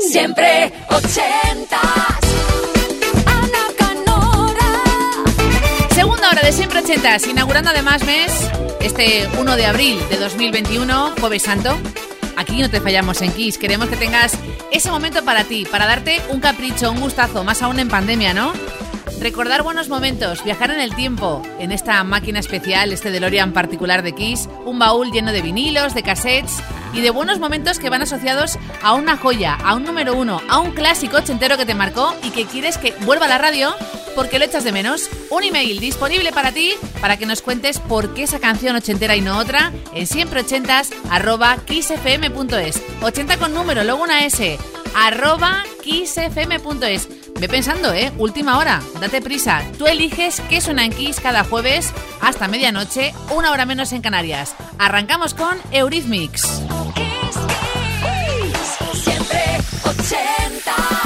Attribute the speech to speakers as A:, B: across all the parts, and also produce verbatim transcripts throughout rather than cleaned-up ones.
A: Siempre ochentas. Ana Canora.
B: Segunda hora de Siempre ochentas, inaugurando además mes, este uno de abril de dos mil veintiuno, Jueves Santo. Aquí no te fallamos en Kiss, queremos que tengas ese momento para ti, para darte un capricho, un gustazo, más aún en pandemia, ¿no? Recordar buenos momentos, viajar en el tiempo, en esta máquina especial, este DeLorean particular de Kiss, un baúl lleno de vinilos, de cassettes y de buenos momentos que van asociados a una joya, a un número uno, a un clásico ochentero que te marcó y que quieres que vuelva a la radio porque lo echas de menos. Un email disponible para ti, para que nos cuentes por qué esa canción ochentera y no otra, en siempreochentas arroba kissfm.es. ochenta con número, luego una S, arroba kissfm.es. Ve pensando, ¿eh? Última hora, date prisa. Tú eliges qué suena en Kiss cada jueves hasta medianoche, una hora menos en Canarias. Arrancamos con Eurythmics.
A: Kiss, Kiss. Siempre ochentas.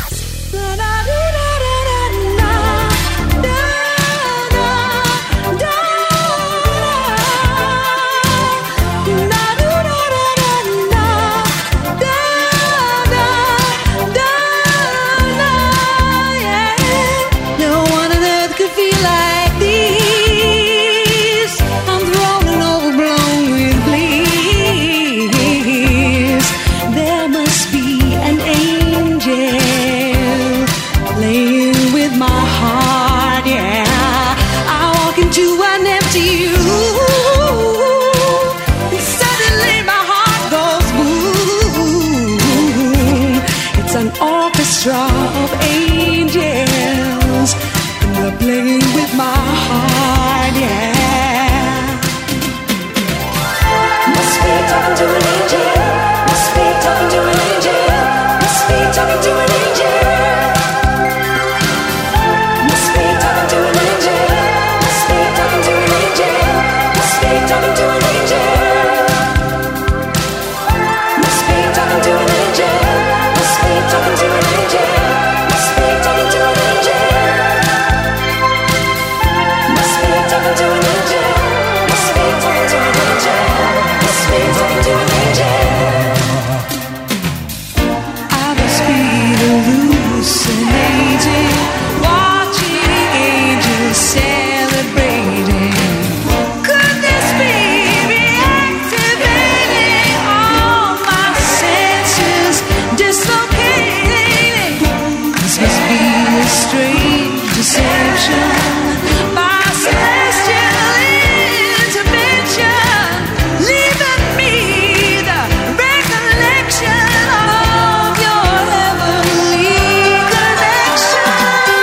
C: Of angels, and they're playing with my heart, yeah. Must be talking to an angel. Must be talking to an angel. Must be talking to an angel. Must be talking to an angel. Must be talking to an angel. Must be talking to an angel. Must be talking to an angel. Must be talking to an angel. Must be talking to an angel. Must be talking to an angel. Must be talking to an angel. Must be talking to an angel. I must be hallucinating, watching angels celebrating. Could this be reactivating all my senses? Dislocating. This must be a strange deception by celestial intervention, leaving me the recollection of your heavenly connection.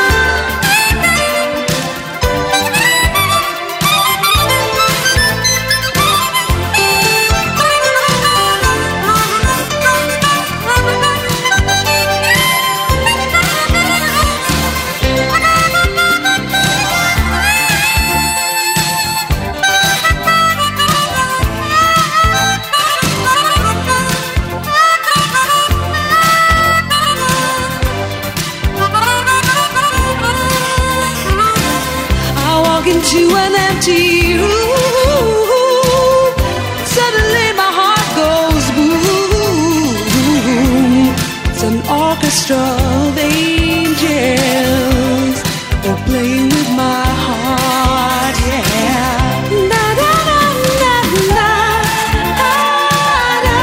C: Into an empty room, suddenly my heart goes boom. It's an orchestra of angels, they're playing with my heart, yeah. Na na na na na, ah, na,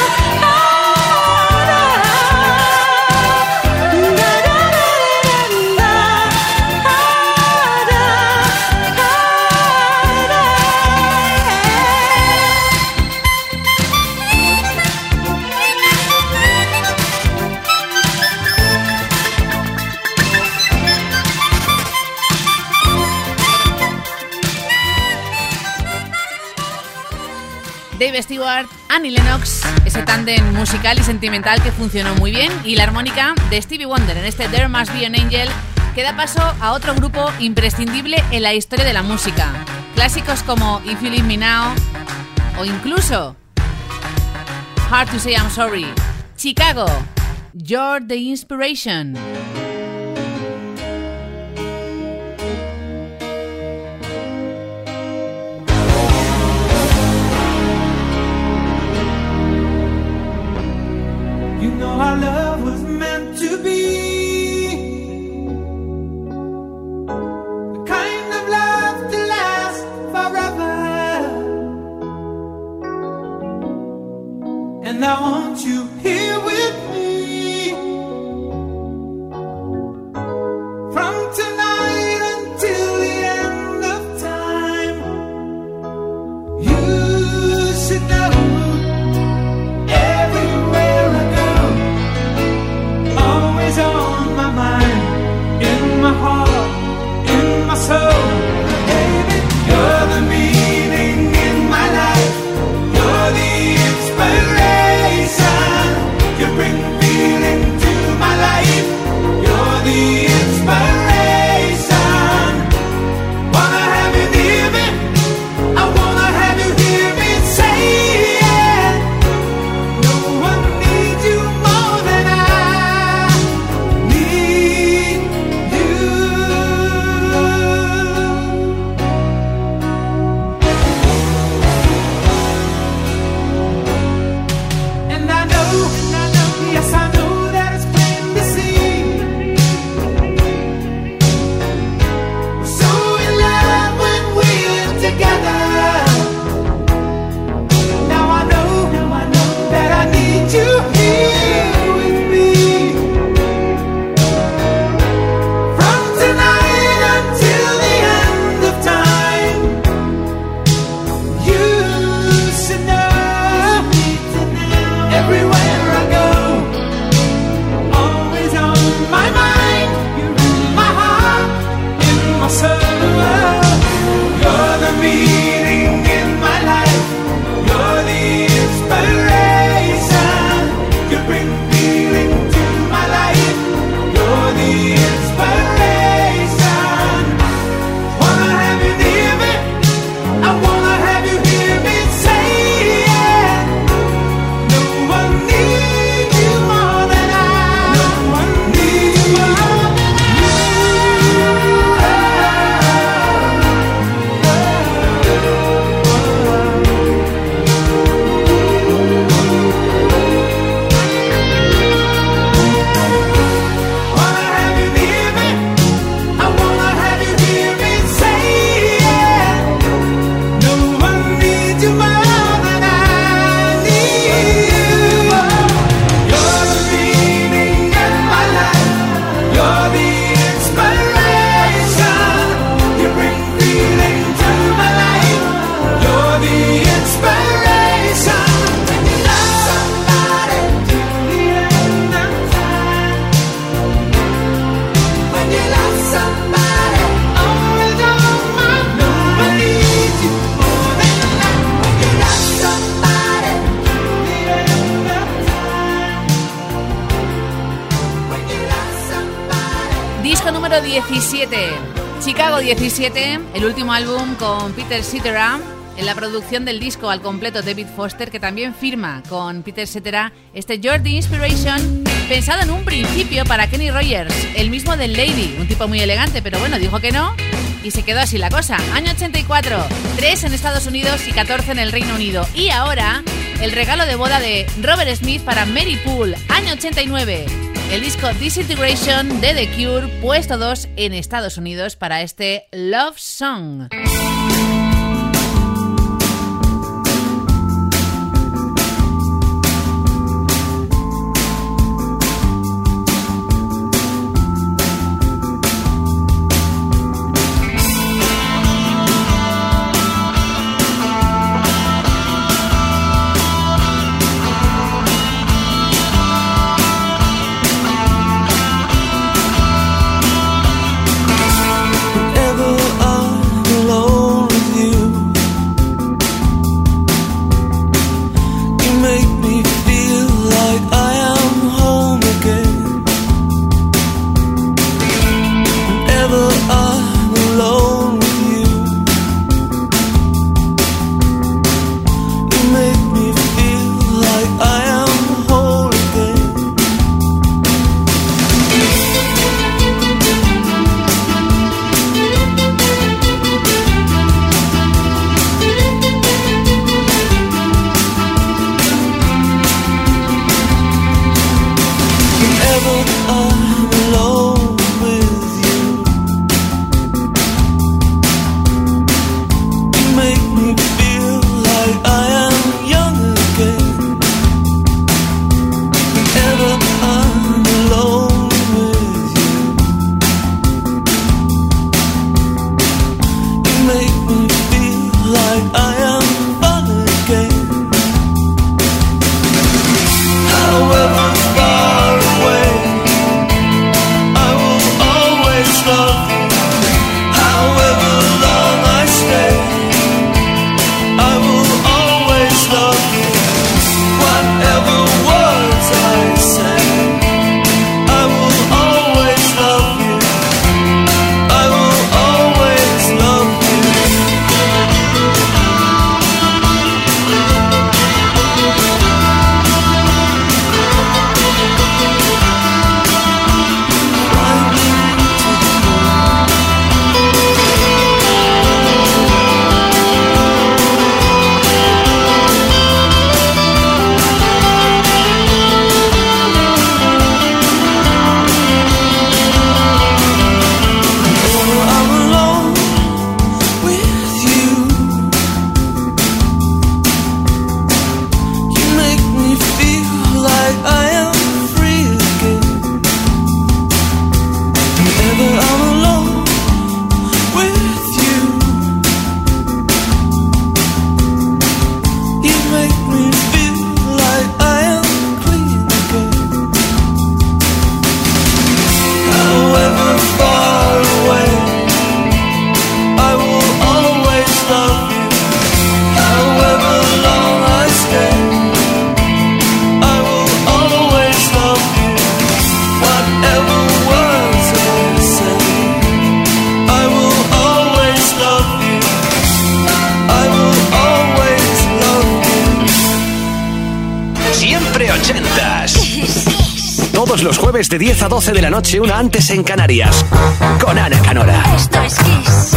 C: ah, na. Na na na na na, ah, na.
B: Dave Stewart, Annie Lennox, ese tándem musical y sentimental que funcionó muy bien, y la armónica de Stevie Wonder en este There Must Be an Angel, que da paso a otro grupo imprescindible en la historia de la música. Clásicos como If You Leave Me Now o incluso Hard to Say I'm Sorry. Chicago, You're the Inspiration.
D: You know our love was made
B: número diecisiete. Chicago diecisiete, el último álbum con Peter Cetera. En la producción del disco al completo David Foster, que también firma con Peter Cetera este You're the Inspiration, pensado en un principio para Kenny Rogers, el mismo del Lady, un tipo muy elegante, pero bueno, dijo que no y se quedó así la cosa. Año ochenta y cuatro, tres en Estados Unidos y catorce en el Reino Unido. Y ahora, el regalo de boda de Robert Smith para Mary Poole, año ochenta y nueve. El disco Disintegration de The Cure, puesto dos en Estados Unidos para este Love Song.
D: Todos los jueves de diez a doce de la noche, una antes en Canarias, con Ana Canora.
A: Esto es Kiss.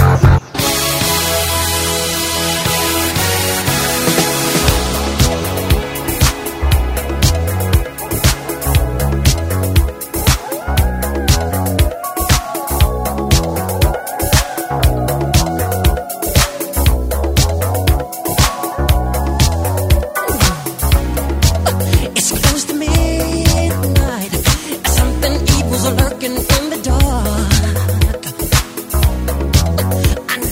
E: Something evil's lurking in the dark.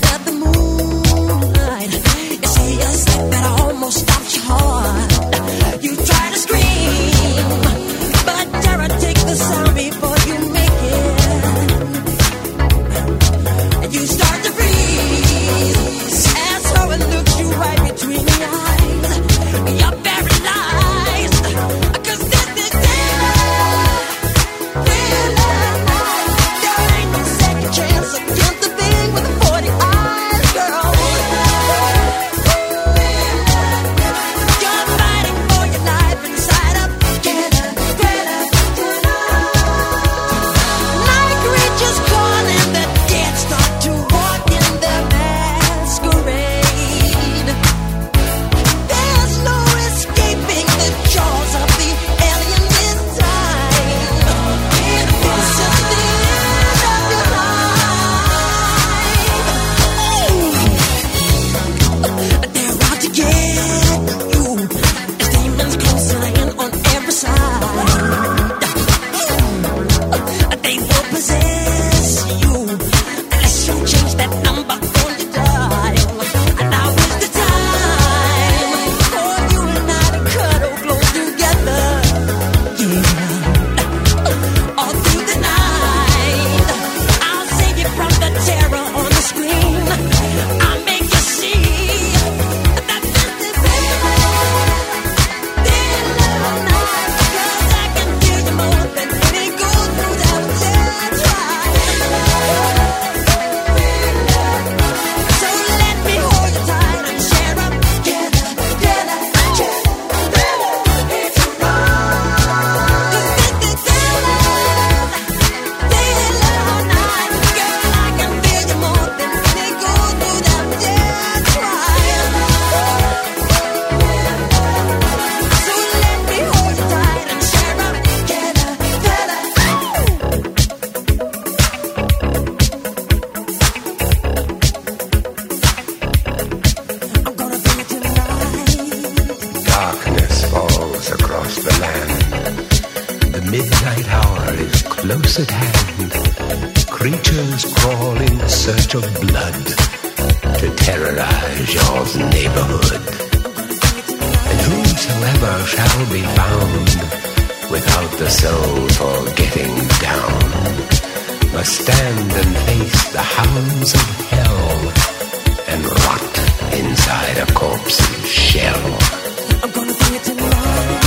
E: midnight hour is close at hand. Creatures crawl in search of blood to terrorize your neighborhood. And whosoever shall be found without the soul for getting down must stand and face the hounds of hell and rot inside a corpse's shell.
C: I'm gonna bring it to life.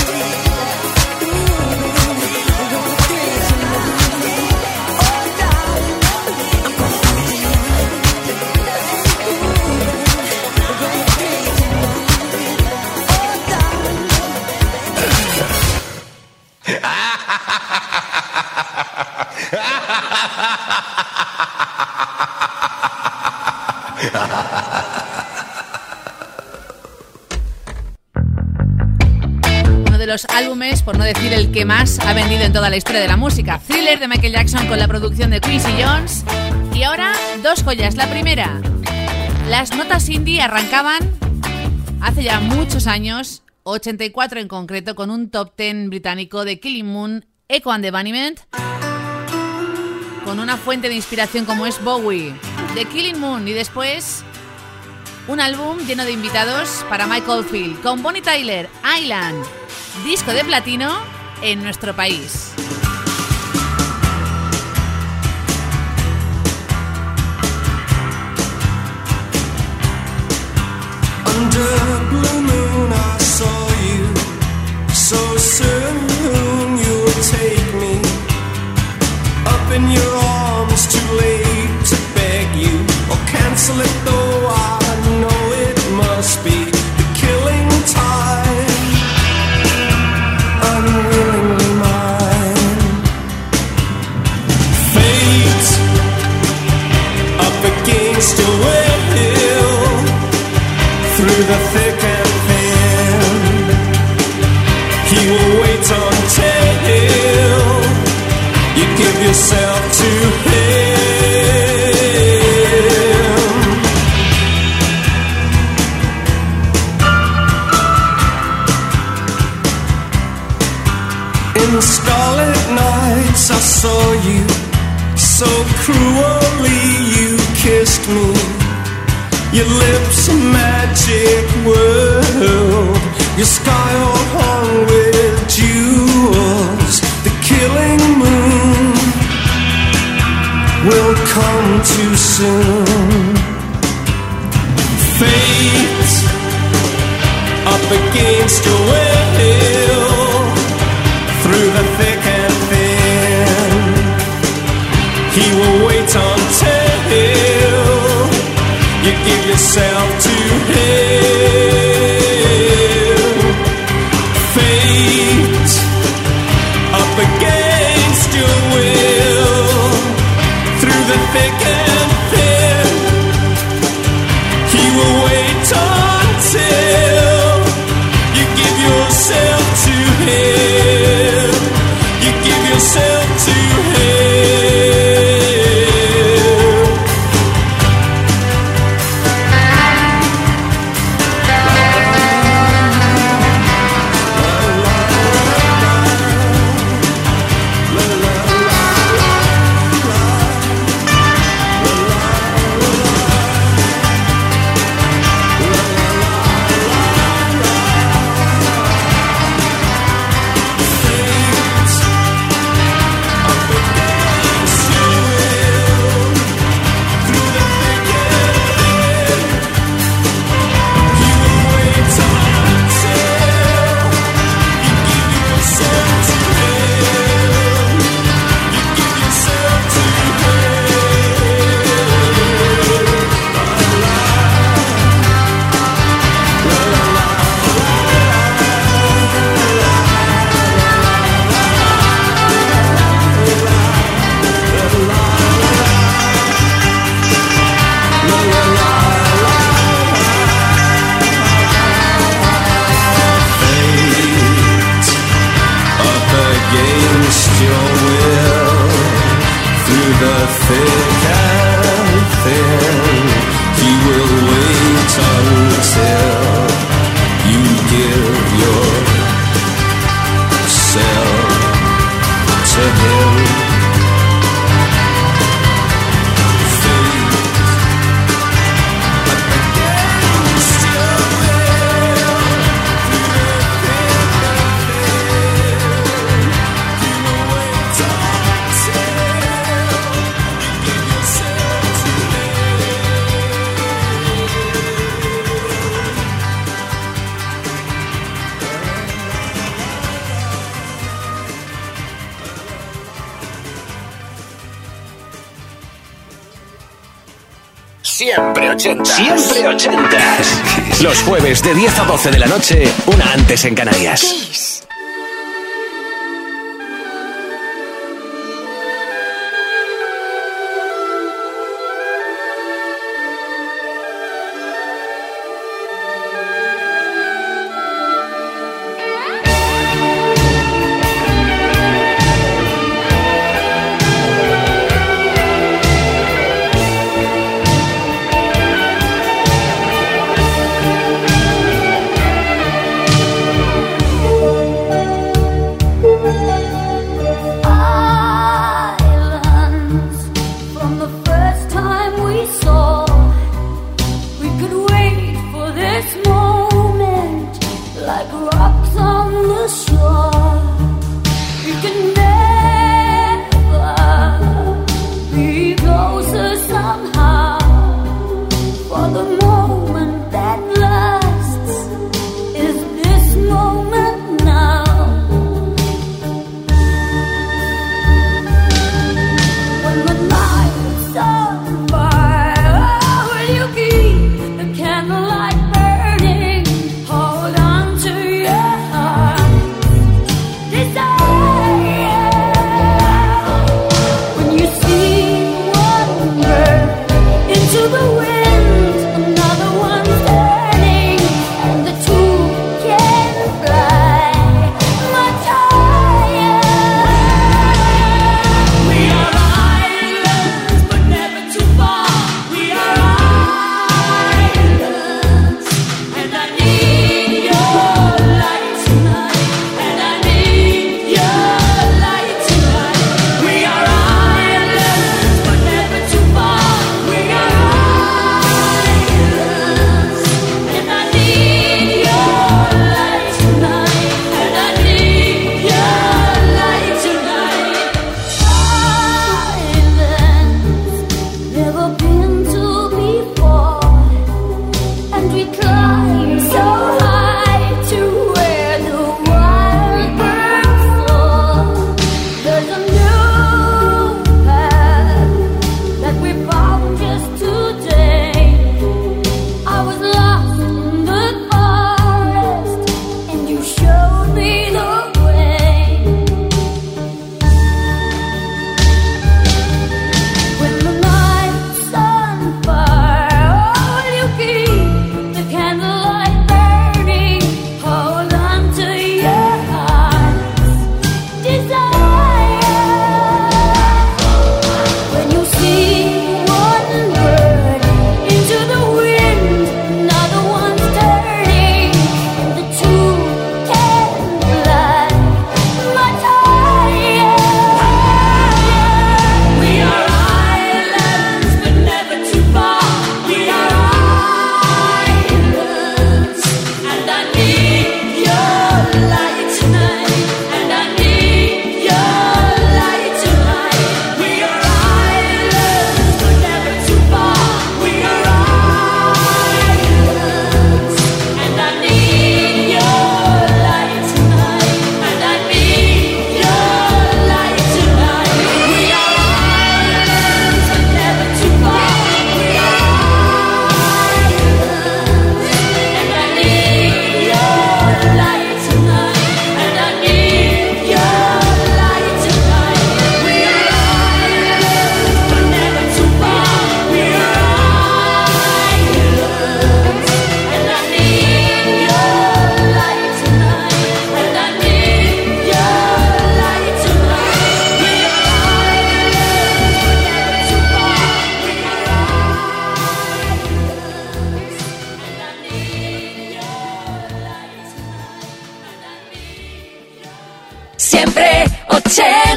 B: Uno de los álbumes, por no decir el que más, ha vendido en toda la historia de la música. Thriller de Michael Jackson con la producción de Quincy Jones. Y ahora, dos joyas. La primera, las notas indie arrancaban hace ya muchos años, ochenta y cuatro en concreto, con un top diez británico de Killing Moon, Echo and the Bunnymen, con una fuente de inspiración como es Bowie, de Killing Moon, y después un álbum lleno de invitados para Mike Oldfield, con Bonnie Tyler, Island, disco de platino en nuestro país.
F: Under blue moon I saw you, so soon you'll take me up in your arms, too late to beg you or cancel it, though I know it must be the killing time, unwillingly mine. Fate up against your will, through the thick and thin, he will wait until you give yourself to him. In starlit nights I saw you, so cruelly you kissed me. Your lips a magic world, your sky all hung with jewels. The killing moon will come too soon. Fate up against your will, through the thick and thin, he will wait until you give yourself to him. Fate up against your will, through the thick and thin, he will wait until you give yourself to him. You give yourself to him. to him. Fate against your will, through the thick and thin, through the weight of tale, you give yourself to live.
D: Siempre ochentas. Siempre ochentas. Los jueves de diez a doce de la noche, una antes en Canarias.
A: Kiss.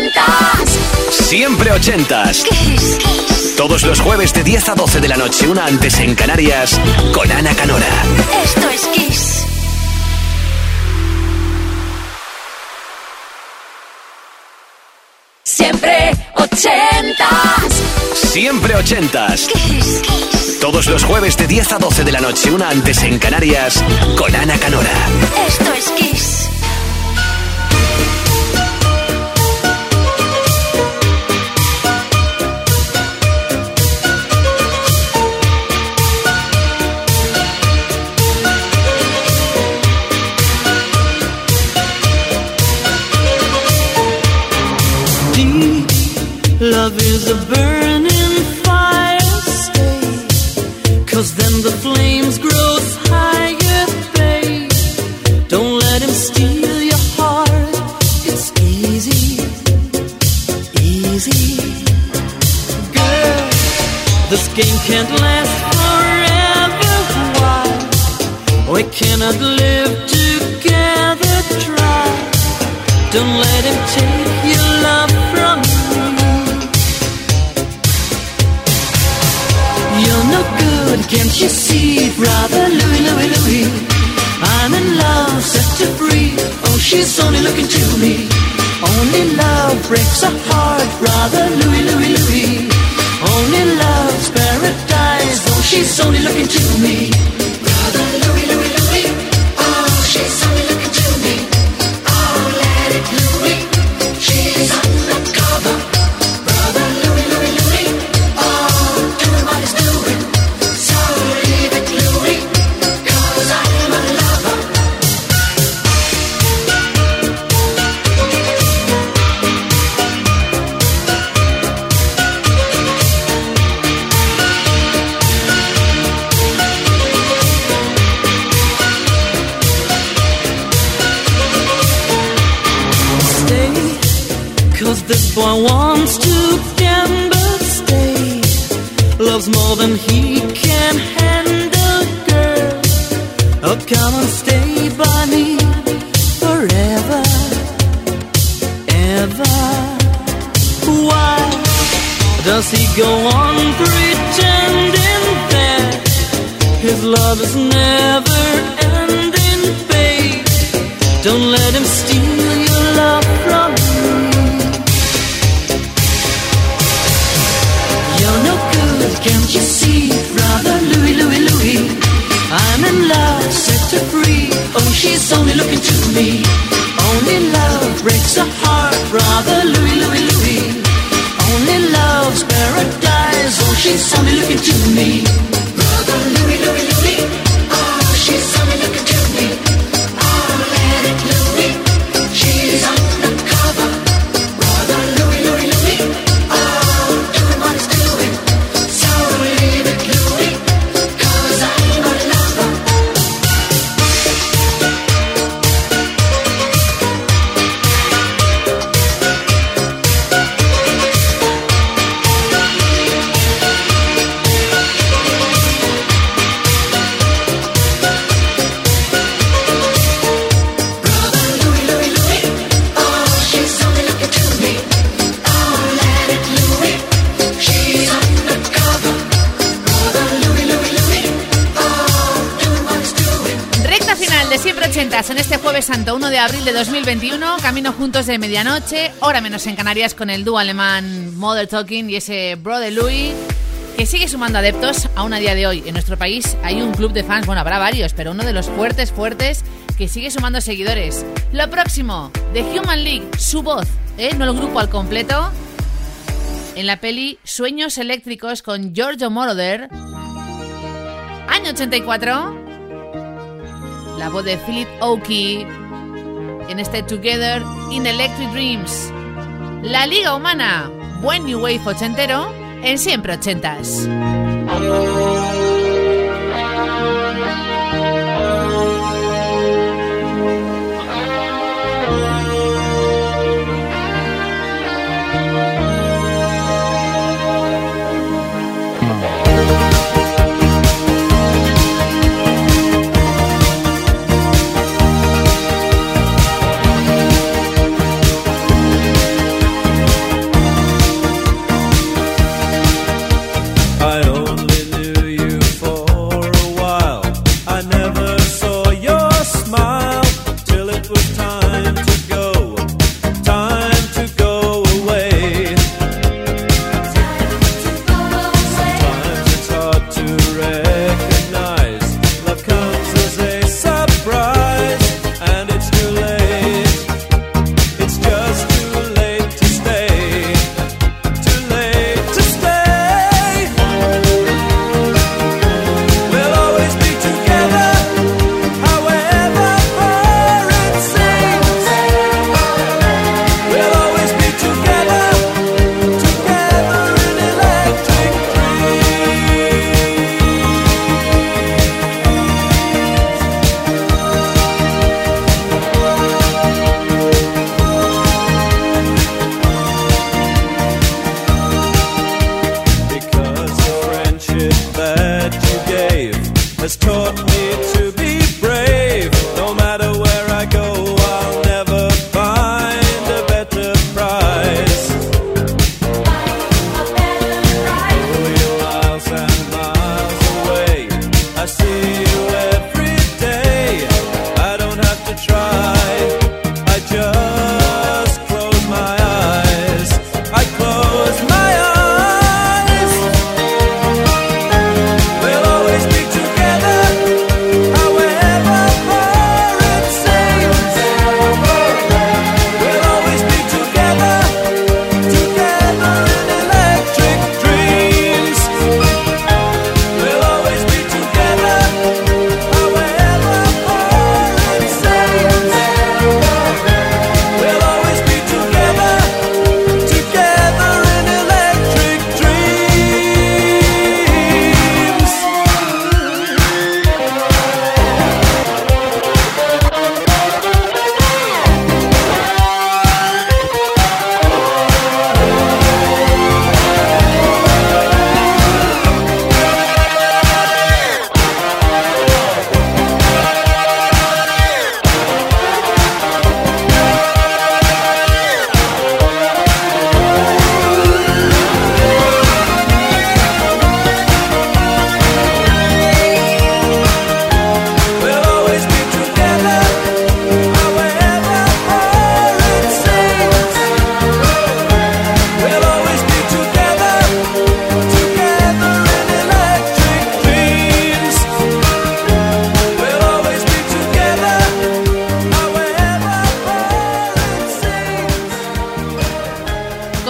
A: ochentas.
D: Siempre ochentas.
A: Kiss, Kiss.
D: Todos los jueves de diez a doce de la noche, una antes en Canarias, con Ana Canora.
A: Esto es Kiss. Siempre ochentas.
D: Siempre ochentas.
A: Kiss, Kiss.
D: Todos los jueves de diez a doce de la noche, una antes en Canarias, con Ana Canora.
A: Esto es Kiss.
G: Love is a burning fire, stay, 'cause then the flames grow higher, babe. Don't let him steal your heart, it's easy, easy. Girl, this game can't last forever, why? We cannot live together, try. Don't let him take your love from me. You're no good, can't you see, brother Louie, Louie, Louie? I'm in love, set to free. Oh, she's only looking to me. Only love breaks a heart, brother Louie, Louie, Louie. Only love's paradise. Oh, she's only looking to me. Brother Louie, Louie, Louie. Oh, she's only looking to me. Oh, let it Louie. She's undercover. Brother Louie, Louie, Louie. Oh, doing what he's doing. So leave it Louie, 'cause I'm a lover. Stay, 'cause this boy wants to gamble. Stay, loves more than he can handle, girl. Oh, come and stay by me forever, ever. Why does he go on pretending that his love is never ending, babe? Don't let him steal your love from me. You're no good, can't you see, brother Louie, Louie, Louie? I'm in love, set to free. Oh, she's only looking to me. Only love breaks a heart, brother Louie, Louie, Louie. Only love's paradise. Oh, she's only looking to me. Brother Louie, Louie, Louie. Oh, she's only looking to me. Oh, let it Louie. She's undercover. Brother Louie, Louie, Louie. Oh, doing what he's doing. So leave it Louie, 'cause I'm a lover. Brother Louie, Louie, Louie. Oh, she's only looking to me. Oh, let it Louie. She's undercover. Brother Louie, Louie, Louie. Oh, doing what he's doing.
B: Recta final de Siempre Ochentas en este Jueves Santo uno de abril de dos mil veintiuno. Camino juntos de medianoche, hora menos en Canarias, con el dúo alemán Mother Talking y ese Brother Louie, que sigue sumando adeptos aún a día de hoy. En nuestro país hay un club de fans, bueno, habrá varios, pero uno de los fuertes, fuertes, que sigue sumando seguidores. Lo próximo, The Human League, su voz, ¿eh? No el grupo al completo, en la peli Sueños Eléctricos con Giorgio Moroder. Año ochenta y cuatro, la voz de Philip Oakey en este Together in Electric Dreams. La Liga Humana, buen New Wave ochentero en Siempre Ochentas.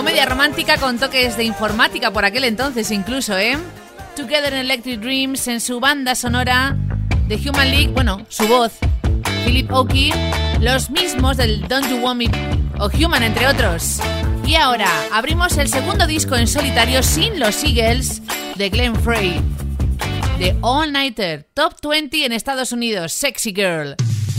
B: Comedia romántica con toques de informática por aquel entonces incluso, ¿eh? Together in Electric Dreams en su banda sonora de Human League, bueno, su voz, Philip Oakey, los mismos del Don't You Want Me o Human, entre otros. Y ahora abrimos el segundo disco en solitario sin los Eagles de Glenn Frey, The All Nighter, Top veinte en Estados Unidos, Sexy Girl.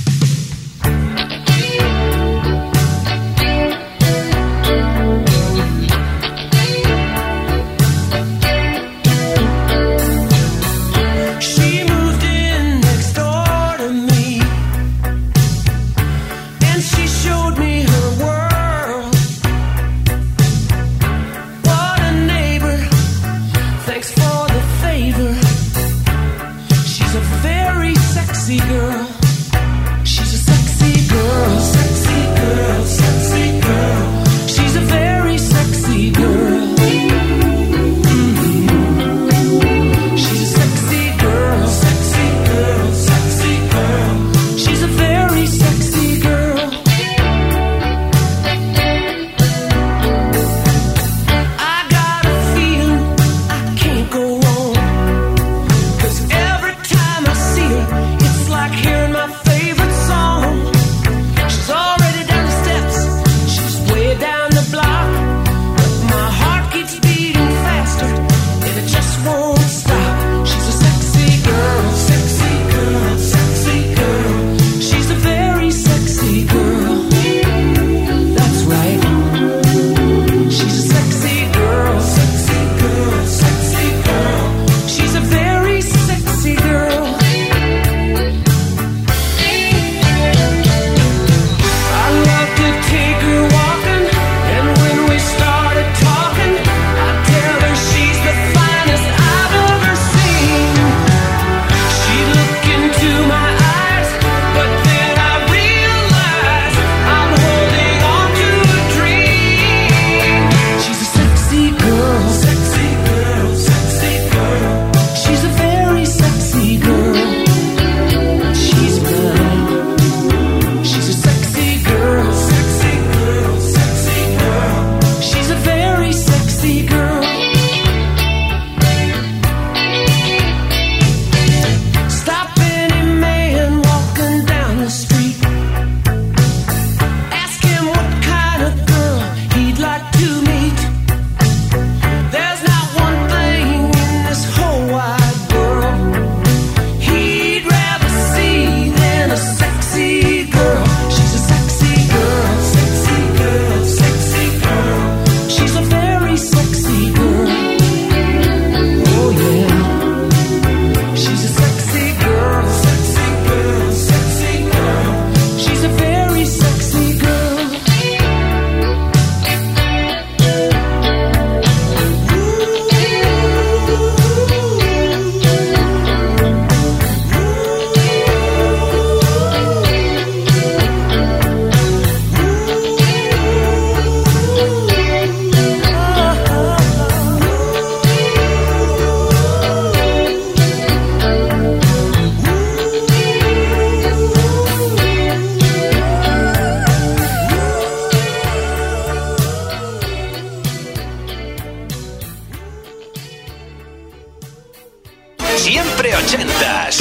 D: Siempre ochentas.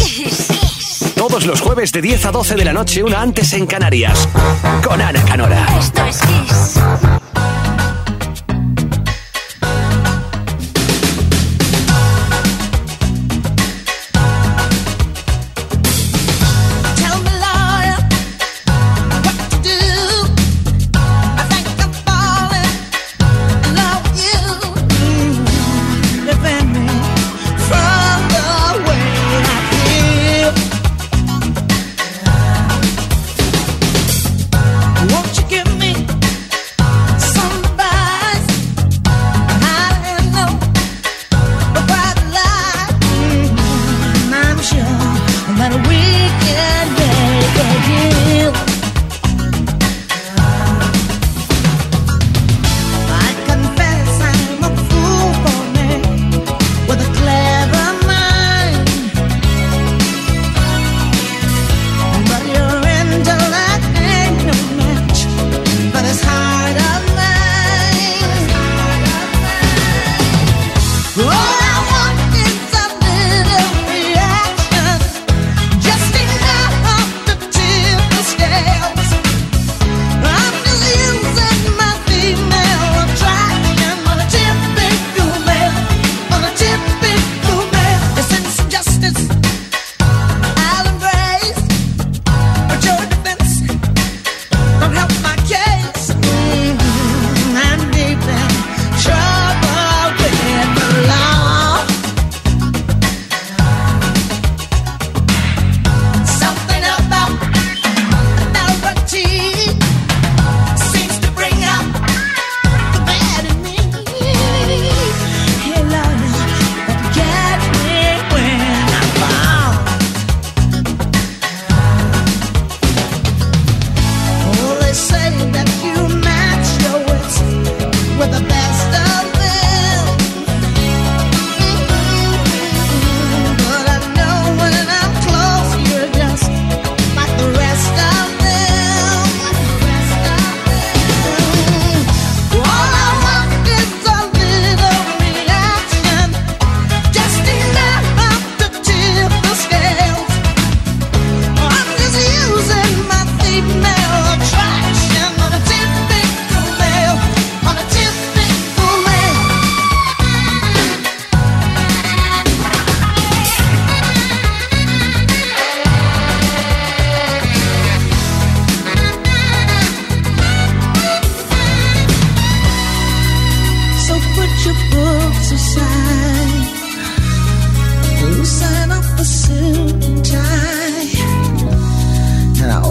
D: Todos los jueves de diez a doce de la noche, una antes en Canarias. Con Ana Canora.
A: Esto es Kiss.
G: Won't you give me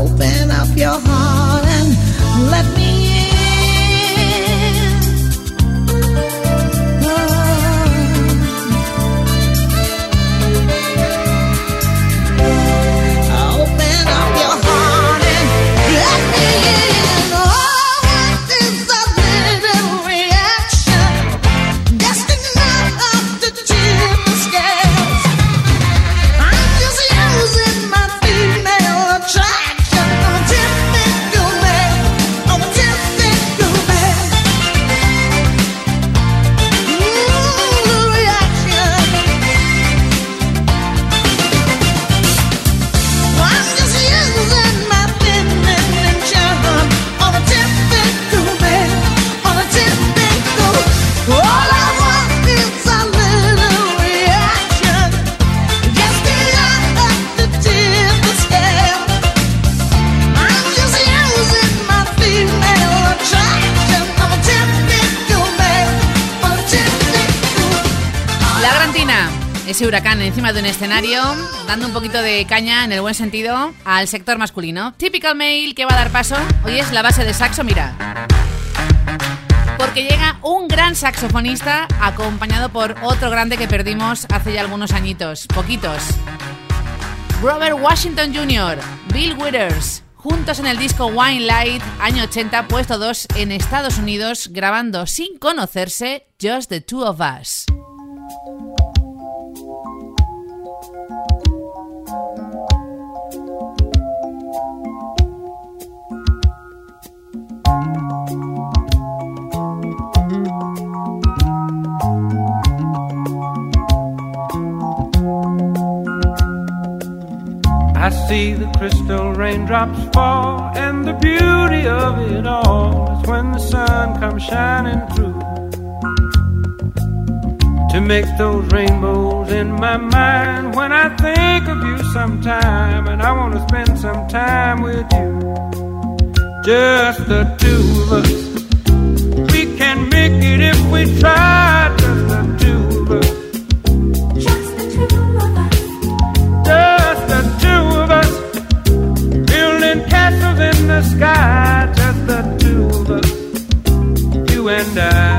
G: Open up your heart and let me in. Oh. Open up your heart and let me in. Oh, what is the little reaction? Destined not up to tip the scales. I'm just using my female attraction. I'm a typical man. I'm a typical man. Ooh, the reaction. I'm just using my feminine charm. I'm a typical man. I'm a typical. All I want is a little reaction. Just enough up to tip the scale. I'm just using my female attraction. I'm a typical man. I'm a typical.
B: La Gran Tina, ese huracán encima de un escenario, dando un poquito de caña, en el buen sentido, al sector masculino. Typical Male, que va a dar paso. Hoy es la base de saxo, mira. Porque llega un gran saxofonista acompañado por otro grande que perdimos hace ya algunos añitos, poquitos. Robert Washington junior, Bill Withers, juntos en el disco Wine Light, año ochenta, puesto dos en Estados Unidos, grabando sin conocerse Just the Two of Us.
H: I see the crystal raindrops fall, and the beauty of it all is when the sun comes shining through to make those rainbows in my mind. When I think of you sometime, and I want to spend some time with you, just the two of us. We can make it if we try, just the two of us.
C: Just the two of us.
H: Just the two of us, building castles in the sky. Just the two of us, you and I.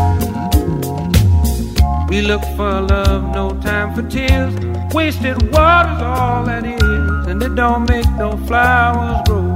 H: We look for love, no time for tears. Wasted water's all that is, and it don't make no flowers grow.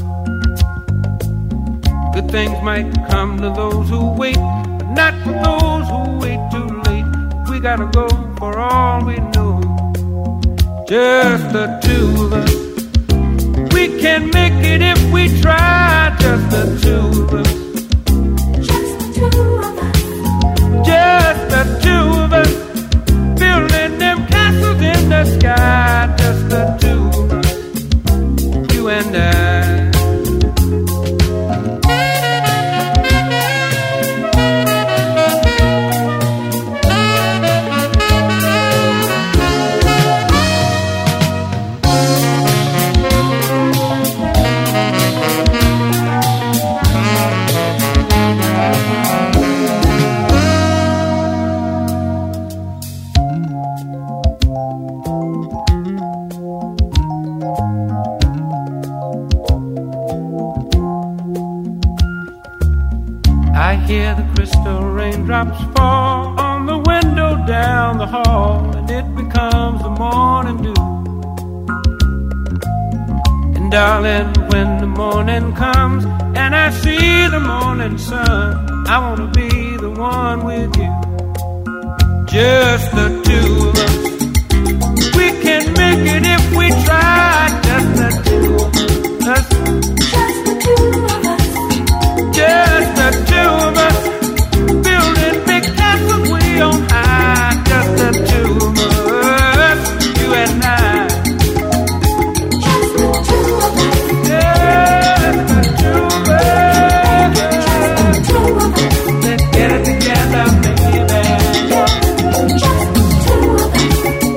H: Good things might come to those who wait, but not for those who wait too late. We gotta go for all we know. Just the two of us. We can make it if we try. Just the two of us.
C: Just the two of us.
H: Just the two of us. Building them castles in the sky. Just the two of us. You and I. I hear the crystal raindrops fall on the window down the hall, and it becomes the morning dew. And darling, when the morning comes and I see the morning sun, I wanna be the one with you. Just the two of us. We can make it if we try. Just the two of us.
C: Just the two of us.
H: Just the two of us, building big castles way on high. Just the two of us, you and I.
C: Just the two of us.
H: Just the two of us.
C: Just the two of us.
H: Let's get it together, baby.
C: Just the two of us.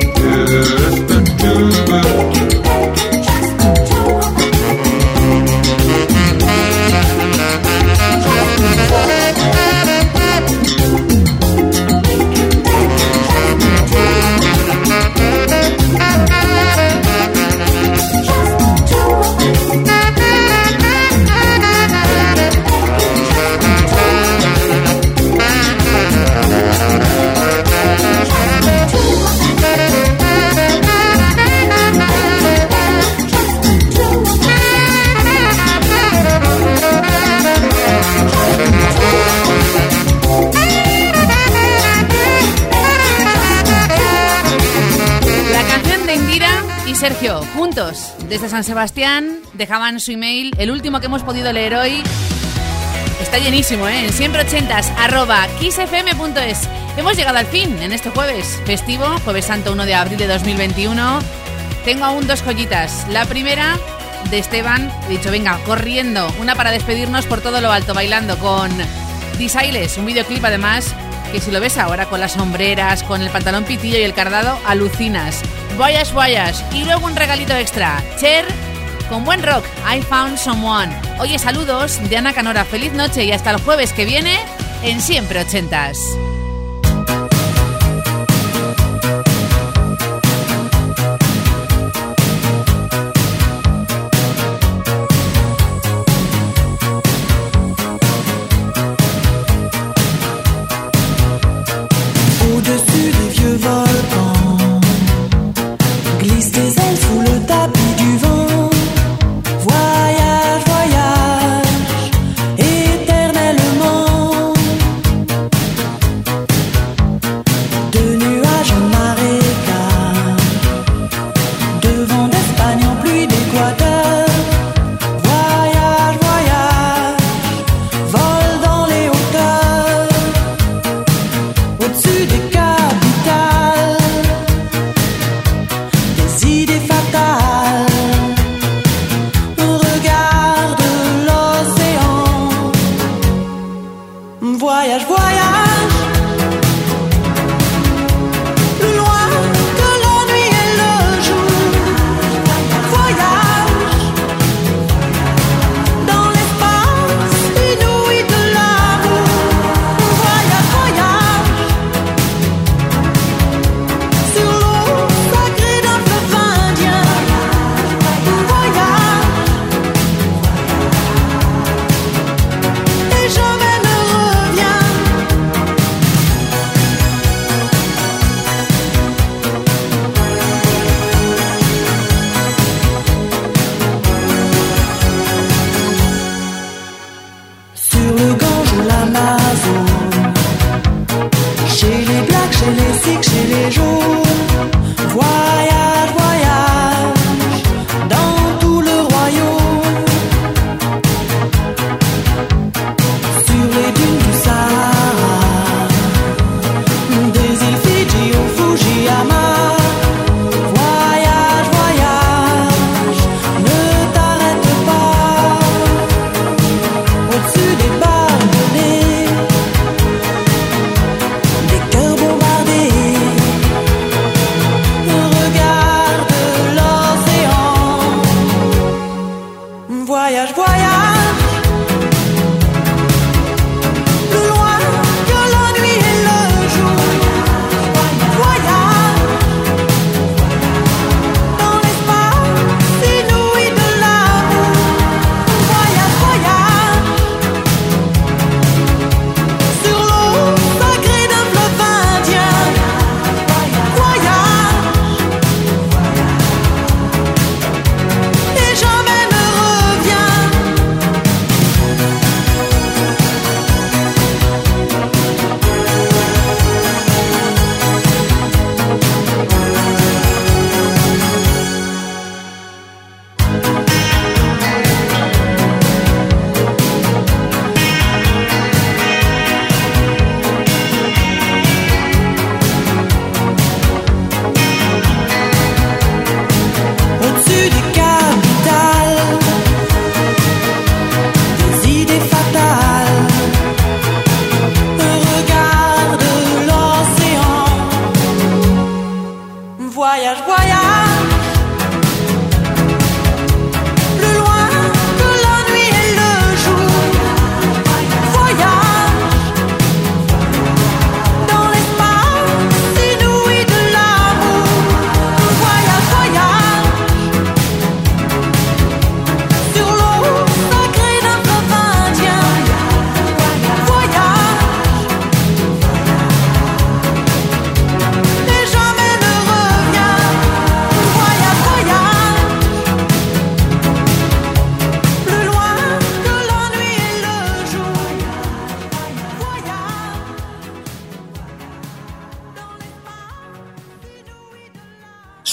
B: Sergio, juntos, desde San Sebastián, dejaban su email, el último que hemos podido leer hoy. Está llenísimo, ¿eh? En siempre ochentas, arroba kissfm punto es. Hemos llegado al fin en este jueves festivo, Jueves Santo uno de abril de dos mil veintiuno. Tengo aún dos joyitas. La primera, de Esteban, he dicho, venga, corriendo, una para despedirnos por todo lo alto, bailando con Desailes, un videoclip además, que si lo ves ahora con las sombreras, con el pantalón pitillo y el cardado, alucinas. Voyage, voyage. Y luego un regalito extra, Cher, con buen rock, I Found Someone. Oye, saludos de Ana Canora, feliz noche y hasta el jueves que viene en Siempre Ochentas.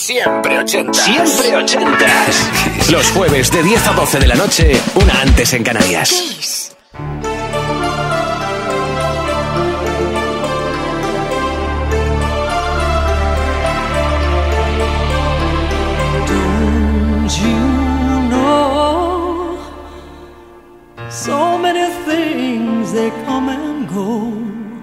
D: Siempre ochentas. Siempre ochentas. Los jueves de diez a doce de la noche, una antes en Canarias.
A: Kiss.
G: Don't you know so many things they come and go,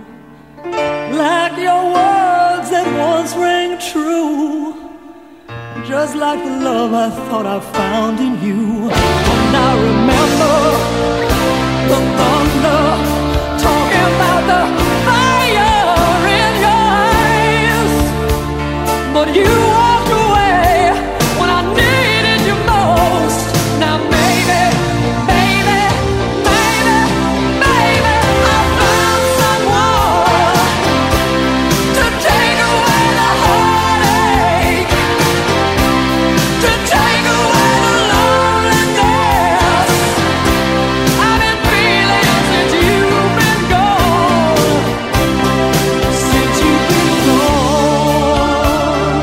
G: like your words that once rang true, just like the love I thought I found in you. And I remember the thunder talking about the fire in your eyes, but you walked away when I needed you most. Now maybe, baby, baby, baby, I found someone to take away the heartache, to take away the loneliness I've been feeling since you've been gone, since you've been gone.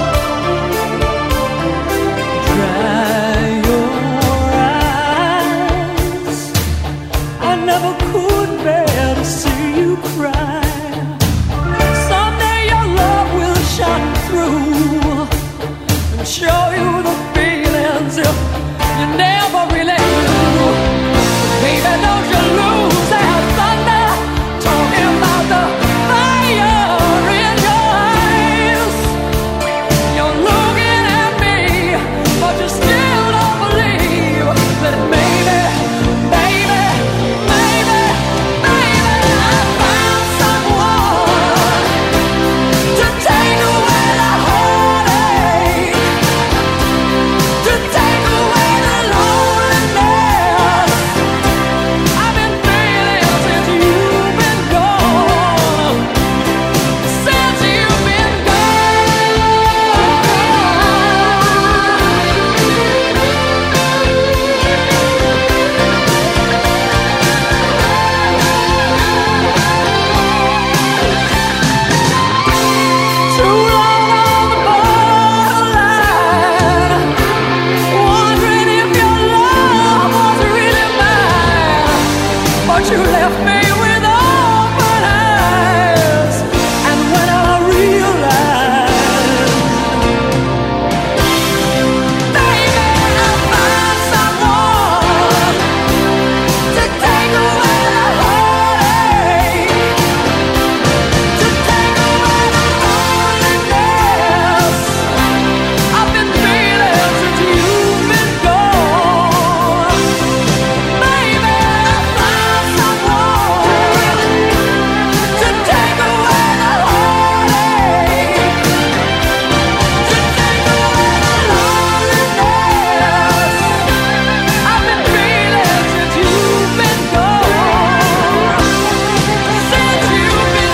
G: Dry your eyes, I never could bear to see you cry. Someday your love will shine through and show you the feelings you, you never really knew. Baby, don't you lose that thunder talking about the fire in your eyes. You're looking at me, but you still don't believe that maybe, baby, baby, baby, I found someone to take away the heartache, to take away the loneliness I've been feeling since you've been gone, since you've been too long on the borderline, wondering if your love was really mine, but you left me with open eyes. And when I realized, baby, I found someone to take away the heartache, to take away the loneliness I've been feeling since you've been gone. Baby, I found someone to take away the heartache, to take away the loneliness I've been feeling since you've been gone, since you've been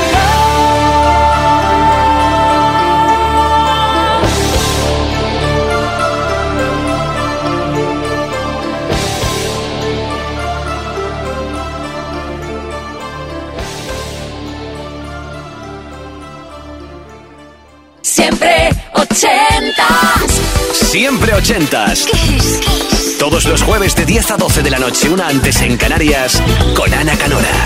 A: Siempre ochentas.
D: Siempre ochentas.
A: Kiss. Kiss.
D: Todos los jueves de diez a doce de la noche, una antes en Canarias, con Ana Canora.